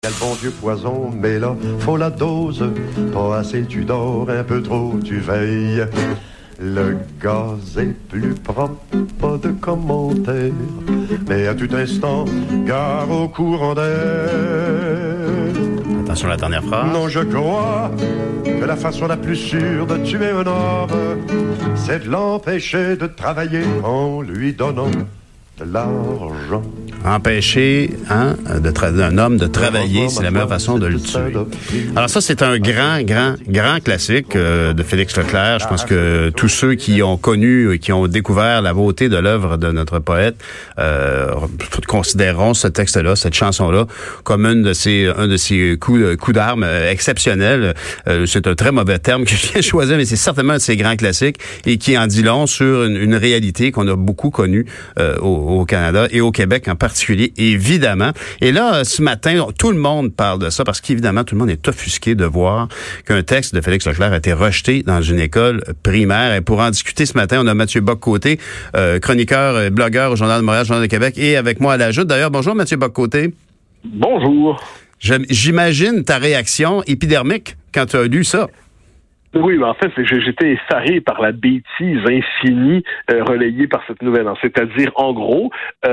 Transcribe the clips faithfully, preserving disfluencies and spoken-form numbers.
Y'a le bon vieux poison, mais là, faut la dose. Pas assez, tu dors, un peu trop, tu veilles. Le gaz est plus propre, pas de commentaires. Mais à tout instant, gare au courant d'air. Attention à la dernière phrase. Non, je crois que la façon la plus sûre de tuer un homme, c'est de l'empêcher de travailler en lui donnant de l'argent. Empêcher hein, de tra- un homme de travailler, c'est la meilleure façon de le tuer. Alors ça, c'est un grand, grand, grand classique euh, de Félix Leclerc. Je pense que tous ceux qui ont connu et qui ont découvert la beauté de l'œuvre de notre poète euh, considéreront ce texte-là, cette chanson-là, comme une de ces, un de ces coups, coups d'armes exceptionnels. Euh, c'est un très mauvais terme que je viens de choisir, mais c'est certainement un de ces grands classiques et qui en dit long sur une, une réalité qu'on a beaucoup connue euh, au, au Canada et au Québec en particulier. particulier, évidemment. Et là, ce matin, tout le monde parle de ça parce qu'évidemment, tout le monde est offusqué de voir qu'un texte de Félix Leclerc a été rejeté dans une école primaire. Et pour en discuter ce matin, on a Mathieu Bock-Côté, euh, chroniqueur et blogueur au Journal de Montréal, Journal de Québec, et avec moi à la joute. D'ailleurs, bonjour Mathieu Bock-Côté. Bonjour. J'imagine ta réaction épidermique quand tu as lu ça. Oui, mais en fait, c'est, j'étais effaré par la bêtise infinie euh, relayée par cette nouvelle. Hein. C'est-à-dire, en gros,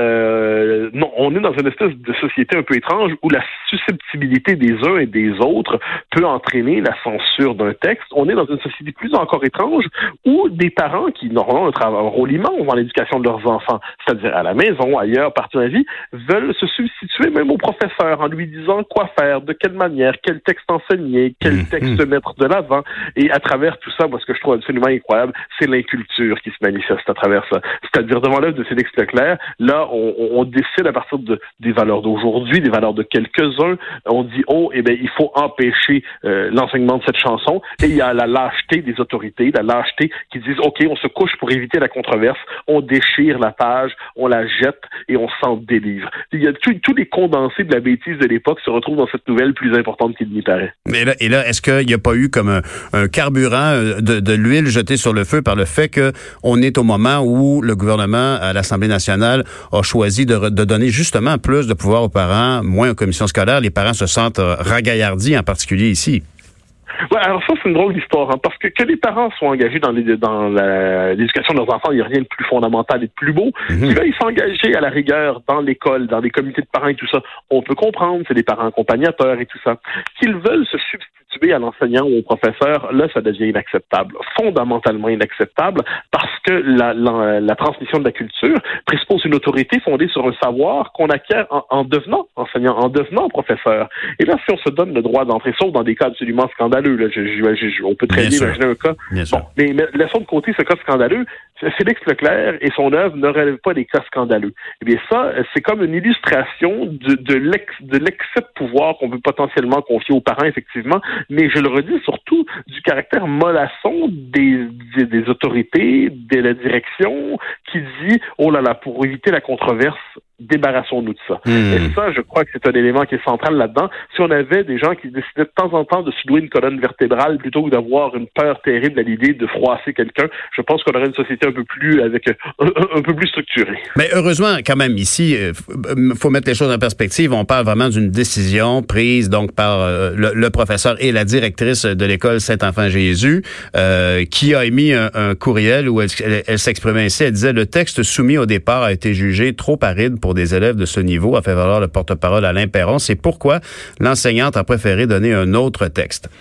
euh, non, on est dans une espèce de société un peu étrange où la susceptibilité des uns et des autres peut entraîner la censure d'un texte. On est dans une société plus encore étrange où des parents qui, normalement, ont un rôle immense dans l'éducation de leurs enfants, c'est-à-dire à la maison, ailleurs, partout dans la vie, veulent se substituer même au professeur en lui disant quoi faire, de quelle manière, quel texte enseigner, quel texte mettre de l'avant. Et à travers tout ça, moi, ce que je trouve absolument incroyable, c'est l'inculture qui se manifeste à travers ça. C'est-à-dire, devant l'œuvre de Félix Leclerc, là, on, on décide à partir de, des valeurs d'aujourd'hui, des valeurs de quelques-uns, on dit, oh, eh bien, il faut empêcher euh, l'enseignement de cette chanson, et il y a la lâcheté des autorités, la lâcheté qui disent, OK, on se couche pour éviter la controverse, on déchire la page, on la jette, et on s'en délivre. Il y a tous, tous les condensés de la bêtise de l'époque se retrouvent dans cette nouvelle plus importante qu'il n'y paraît. Mais là, et là, est-ce qu'il n'y a pas eu comme un, un carburant de, de l'huile jetée sur le feu par le fait que on est au moment où le gouvernement à l'Assemblée nationale a choisi de, de donner justement plus de pouvoir aux parents, moins aux commissions scolaires. Les parents se sentent ragaillardis, en particulier ici. Ouais, alors ça, c'est une drôle d'histoire, hein, parce que que les parents soient engagés dans, les, dans la, l'éducation de leurs enfants, il n'y a rien de plus fondamental et de plus beau. Mm-hmm. Qu'ils veuillent s'engager à la rigueur dans l'école, dans les comités de parents et tout ça, on peut comprendre, c'est des parents accompagnateurs et tout ça. Qu'ils veulent se substituer à l'enseignant ou au professeur, là, ça devient inacceptable, fondamentalement inacceptable, parce que la, la, la transmission de la culture présuppose une autorité fondée sur un savoir qu'on acquiert en, en devenant enseignant, en devenant professeur. Et là, si on se donne le droit d'entrer, sauf dans des cas absolument scandaleux, là, je, je, je, on peut très bien, bien imaginer un cas. Bien bon, mais, mais laissons de côté ce cas scandaleux. Félix Leclerc et son œuvre ne relèvent pas des cas scandaleux. Eh bien, ça, c'est comme une illustration de, de, l'ex, de l'excès de pouvoir qu'on peut potentiellement confier aux parents, effectivement, mais je le redis, surtout du caractère mollasson des, des, des autorités, de la direction, qui dit, oh là là, pour éviter la controverse, débarrassons-nous de ça. Mmh. Et ça, je crois que c'est un élément qui est central là-dedans. Si on avait des gens qui décidaient de temps en temps de soudoyer une colonne vertébrale plutôt que d'avoir une peur terrible à l'idée de froisser quelqu'un, je pense qu'on aurait une société un peu plus avec un, un peu plus structurée. Mais heureusement, quand même, ici, il faut mettre les choses en perspective. On parle vraiment d'une décision prise donc par euh, le, le professeur et la directrice de l'école Saint-Enfant-Jésus, euh, qui a émis un, un courriel où elle, elle, elle s'exprimait ainsi. Elle disait « Le texte soumis au départ a été jugé trop aride pour des élèves de ce niveau, a fait valoir le porte-parole Alain Perron. C'est pourquoi l'enseignante a préféré donner un autre texte.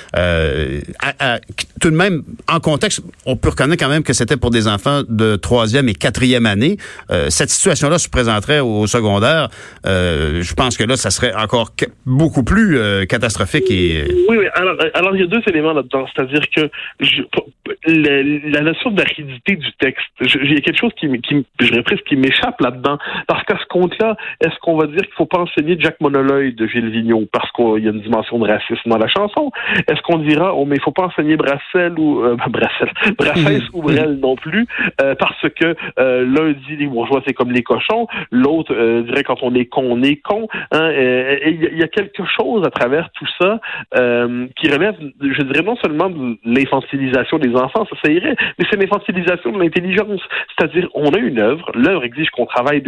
Euh, à, à, tout de même, en contexte, on peut reconnaître quand même que c'était pour des enfants de troisième et quatrième année. Euh, cette situation-là se présenterait au, au secondaire. Euh, je pense que là, ça serait encore beaucoup plus euh, catastrophique. Et... Oui, oui. Alors, alors, il y a deux éléments là-dedans. C'est-à-dire que je, la, la notion d'aridité du texte, je, il y a quelque chose qui, qui, je dirais presque, qui m'échappe là-dedans. Parce qu'à ce compte-là, est-ce qu'on va dire qu'il ne faut pas enseigner Jack Monoleuil de Gilles Vigneault parce qu'il y a une dimension de racisme dans la chanson? Est-ce qu'on dira, oh, mais il ne faut pas enseigner Brassel ou euh, Brassel, Brassens ou Brel non plus euh, parce que euh, l'un dit les bourgeois c'est comme les cochons, l'autre euh, dirait quand on est con, on est con. Hein, et il y, y a quelque chose à travers tout ça euh, qui relève, je dirais, non seulement de l'infantilisation des enfants, ça, ça irait, mais c'est l'infantilisation de l'intelligence. C'est-à-dire, on a une œuvre, l'œuvre exige qu'on travaille dessus,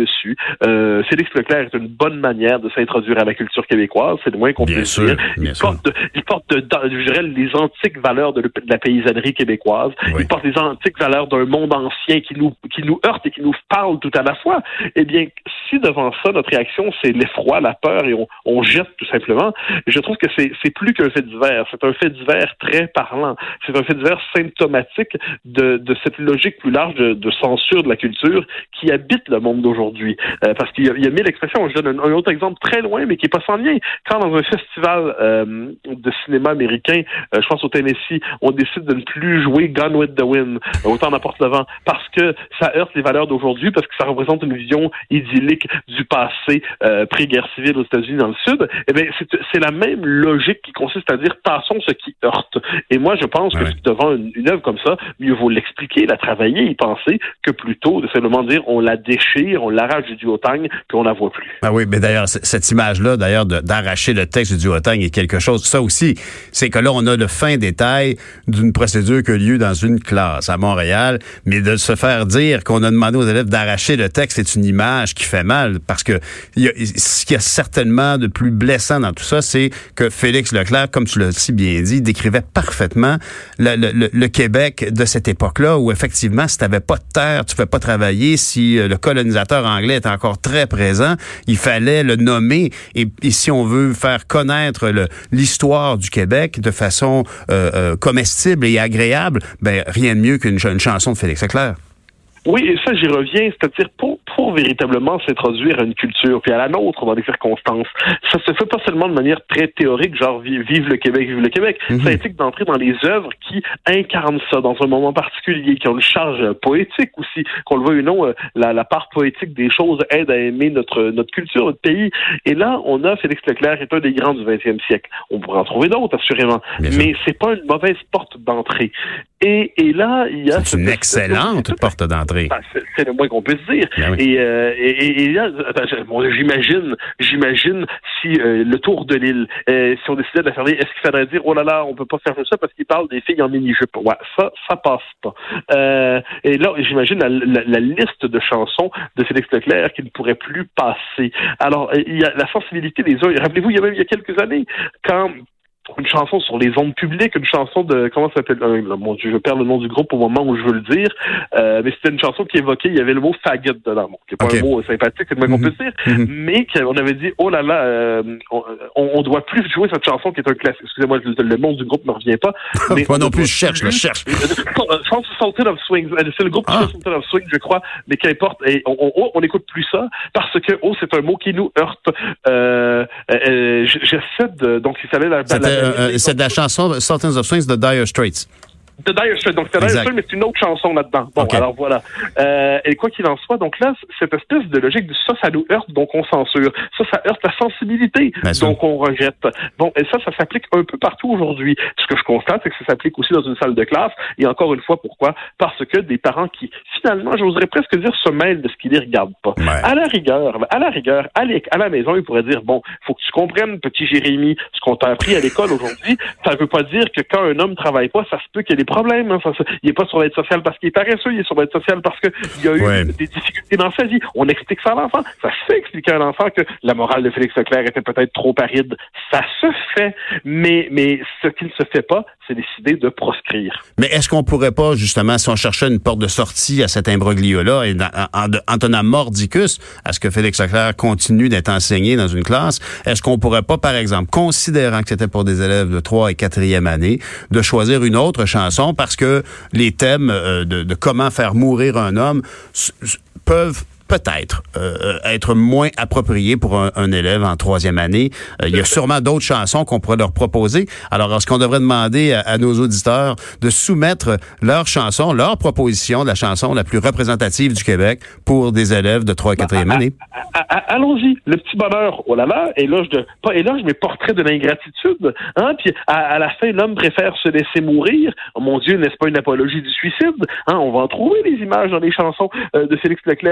euh, Félix Leclerc est une bonne manière de s'introduire à la culture québécoise, c'est le moins qu'on puisse dire. Il porte, de, il porte de, de, je dirais, les antiques valeurs de, de la paysannerie québécoise. Oui. Il porte les antiques valeurs d'un monde ancien qui nous qui nous heurte et qui nous parle tout à la fois. Eh bien, si devant ça, notre réaction, c'est l'effroi, la peur, et on, on jette tout simplement, je trouve que c'est, c'est plus qu'un fait divers. C'est un fait divers très parlant. C'est un fait divers symptomatique de, de cette logique plus large de, de censure de la culture qui habite le monde d'aujourd'hui. Euh, parce qu'il y a, il y a mille expressions. Je donne un, un autre exemple très loin, mais qui n'est pas sans lien. Quand dans un festival euh, de cinéma américain, euh, je pense au Tennessee, on décide de ne plus jouer Gone with the Wind, autant n'importe le vent, parce que ça heurte les valeurs d'aujourd'hui, parce que ça représente une vision idyllique du passé euh, pré-guerre civile aux États-Unis dans le Sud, eh bien, c'est, c'est la même logique qui consiste à dire tassons ce qui heurte. Et moi, je pense ouais. que devant une, une œuvre comme ça, mieux vaut l'expliquer, la travailler, y penser, que plutôt de simplement dire on la déchire, on l'arrache du duotang, puis on la voit plus. Ah oui, mais d'ailleurs, c- cette image-là, d'ailleurs, de, d'arracher le texte du duotang est quelque chose. Ça aussi, c'est que là, on a le fin détail d'une procédure qui a lieu dans une classe à Montréal, mais de se faire dire qu'on a demandé aux élèves d'arracher le texte, c'est une image qui fait mal, parce que il y a, ce qu'il y a certainement de plus blessant dans tout ça, c'est que Félix Leclerc, comme tu l'as si bien dit, décrivait parfaitement le, le, le Québec de cette époque-là, où effectivement, si tu n'avais pas de terre, tu ne pouvais pas travailler. Si le colonisateur anglais était encore très présent, il fallait le nommer. Et, et si on veut faire connaître le, l'histoire du Québec de façon euh, euh, comestible et agréable, ben rien de mieux qu'une une chanson de Félix Leclerc. Oui, et ça, j'y reviens, c'est-à-dire pour, pour véritablement s'introduire à une culture, puis à la nôtre dans les circonstances. Ça se fait pas seulement de manière très théorique, genre vive le Québec, vive le Québec. Mm-hmm. Ça implique d'entrer dans les œuvres qui incarnent ça dans un moment particulier, qui ont une charge poétique aussi, qu'on le veuille ou non, la, la part poétique des choses aide à aimer notre notre culture, notre pays. Et là, on a Félix Leclerc, qui est un des grands du vingtième siècle. On pourrait en trouver d'autres, assurément, Bien mais sûr. C'est pas une mauvaise porte d'entrée. Et, et là, il y a... C'est une excellente de... porte d'entrée. Ben, c'est, c'est le moins qu'on puisse dire. Ben oui. Et, euh, et, et là, bon, j'imagine, j'imagine si euh, le tour de l'île, euh, si on décidait de la faire, est-ce qu'il faudrait dire, oh là là, on peut pas faire ça parce qu'il parle des filles en mini-jupe. Ouais, ça, ça passe pas. Euh, et là, j'imagine la, la, la liste de chansons de Félix Leclerc qui ne pourrait plus passer. Alors, il y a la sensibilité des uns. Rappelez-vous, il y a même il y a quelques années, quand une chanson sur les ondes publiques, une chanson de, comment ça s'appelle, euh, mon Dieu, je perds le nom du groupe au moment où je veux le dire, euh, mais c'était une chanson qui évoquait, il y avait le mot faggot dedans, bon, qui n'est pas okay. un mot sympathique, c'est le moins mm-hmm. qu'on peut dire, mm-hmm. mais on avait dit, oh là là, euh, on, on doit plus jouer cette chanson qui est un classique. Excusez-moi, le, le nom du groupe ne me revient pas. Mais moi non plus, je cherche, je cherche. Je pense que Sultan of Swing, c'est le groupe qui ah. fait Sultan of Swing, je crois, mais qu'importe, et on, on, on écoute plus ça, parce que, oh, c'est un mot qui nous heurte. Euh, euh, j'essaie de, donc, il fallait la, la, la, euh, la, c'est de la chanson Sultans of Swing de Dire Straits. The Dire Straits, donc c'est Dire Straits, mais c'est une autre chanson là-dedans. Bon, okay. alors voilà. Euh, et quoi qu'il en soit, donc là, cette espèce de logique de ça, ça nous heurte, donc on censure. Ça, ça heurte la sensibilité, Bien donc sûr. on rejette. Bon, et ça, ça s'applique un peu partout aujourd'hui. Ce que je constate, c'est que ça s'applique aussi dans une salle de classe. Et encore une fois, pourquoi? Parce que des parents qui, finalement, j'oserais presque dire, se mêlent de ce qu'ils ne regardent pas. Ouais. À la rigueur, à la rigueur, à, à la maison, ils pourraient dire, bon, faut que tu comprennes, petit Jérémy, ce qu'on t'a appris à l'école aujourd'hui, ça ne veut pas dire que quand un homme travaille pas, ça se peut qu'il y ait des problème. Hein, ça, ça, il n'est pas sur l'aide sociale parce qu'il est paresseux, il est sur l'aide sociale parce qu'il y a eu ouais. des difficultés dans sa vie. On explique ça à l'enfant. Ça se fait expliquer à l'enfant que la morale de Félix Leclerc était peut-être trop aride. Ça se fait. Mais, mais ce qui ne se fait pas, c'est décider de proscrire. Mais est-ce qu'on pourrait pas, justement, si on cherchait une porte de sortie à cet imbroglio-là, et en, en, en tenant mordicus à ce que Félix Leclerc continue d'être enseigné dans une classe, est-ce qu'on pourrait pas, par exemple, considérant que c'était pour des élèves de trois et quatrième année, de choisir une autre chanson parce que les thèmes euh, de, de comment faire mourir un homme s- s- peuvent peut-être euh, être moins approprié pour un, un élève en troisième année. Euh, il y a sûrement d'autres chansons qu'on pourrait leur proposer. Alors, est-ce qu'on devrait demander à, à nos auditeurs de soumettre leurs chansons, leur proposition de la chanson la plus représentative du Québec pour des élèves de trois et quatrième année? À, à, à, allons-y. Le petit bonheur, oh là là, éloge de, pas éloge, mais portrait de l'ingratitude. Hein? Puis à, à la fin, l'homme préfère se laisser mourir. Oh, mon Dieu, n'est-ce pas une apologie du suicide? Hein? On va en trouver des images dans les chansons euh, de Félix Leclerc qui peuvent mm-hmm. nous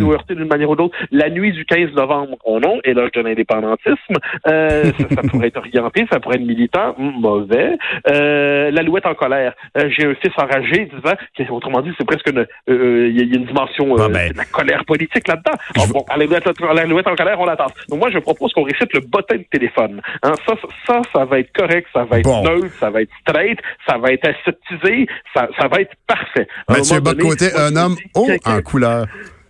nous heurter d'une manière ou d'autre. La nuit du quinze novembre, oh non, éloge de l'indépendantisme, euh, ça, ça pourrait être orienté, ça pourrait être militant, mm, mauvais. Euh, L'Alouette en colère. Euh, J'ai un fils enragé disant, que, autrement dit, c'est presque une, il euh, y, y a une dimension euh, ah ben, de la colère politique là-dedans. Alors, bon, l'Alouette en colère, on l'attend. Donc moi, je propose qu'on récite le bottin de téléphone. Hein, ça, ça, ça va être correct, ça va être bon. neutre, ça va être straight, ça va être aseptisé, ça, ça va être parfait. Mathieu Bock-Côté, un homme haut en couleur.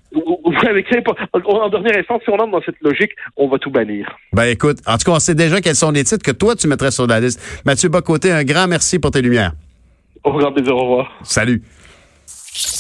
En dernière instance, si on entre dans cette logique, on va tout bannir. Ben écoute, en tout cas, on sait déjà quels sont les titres que toi, tu mettrais sur la liste. Mathieu Bock-Côté, un grand merci pour tes lumières. Au grand plaisir, au revoir. Salut.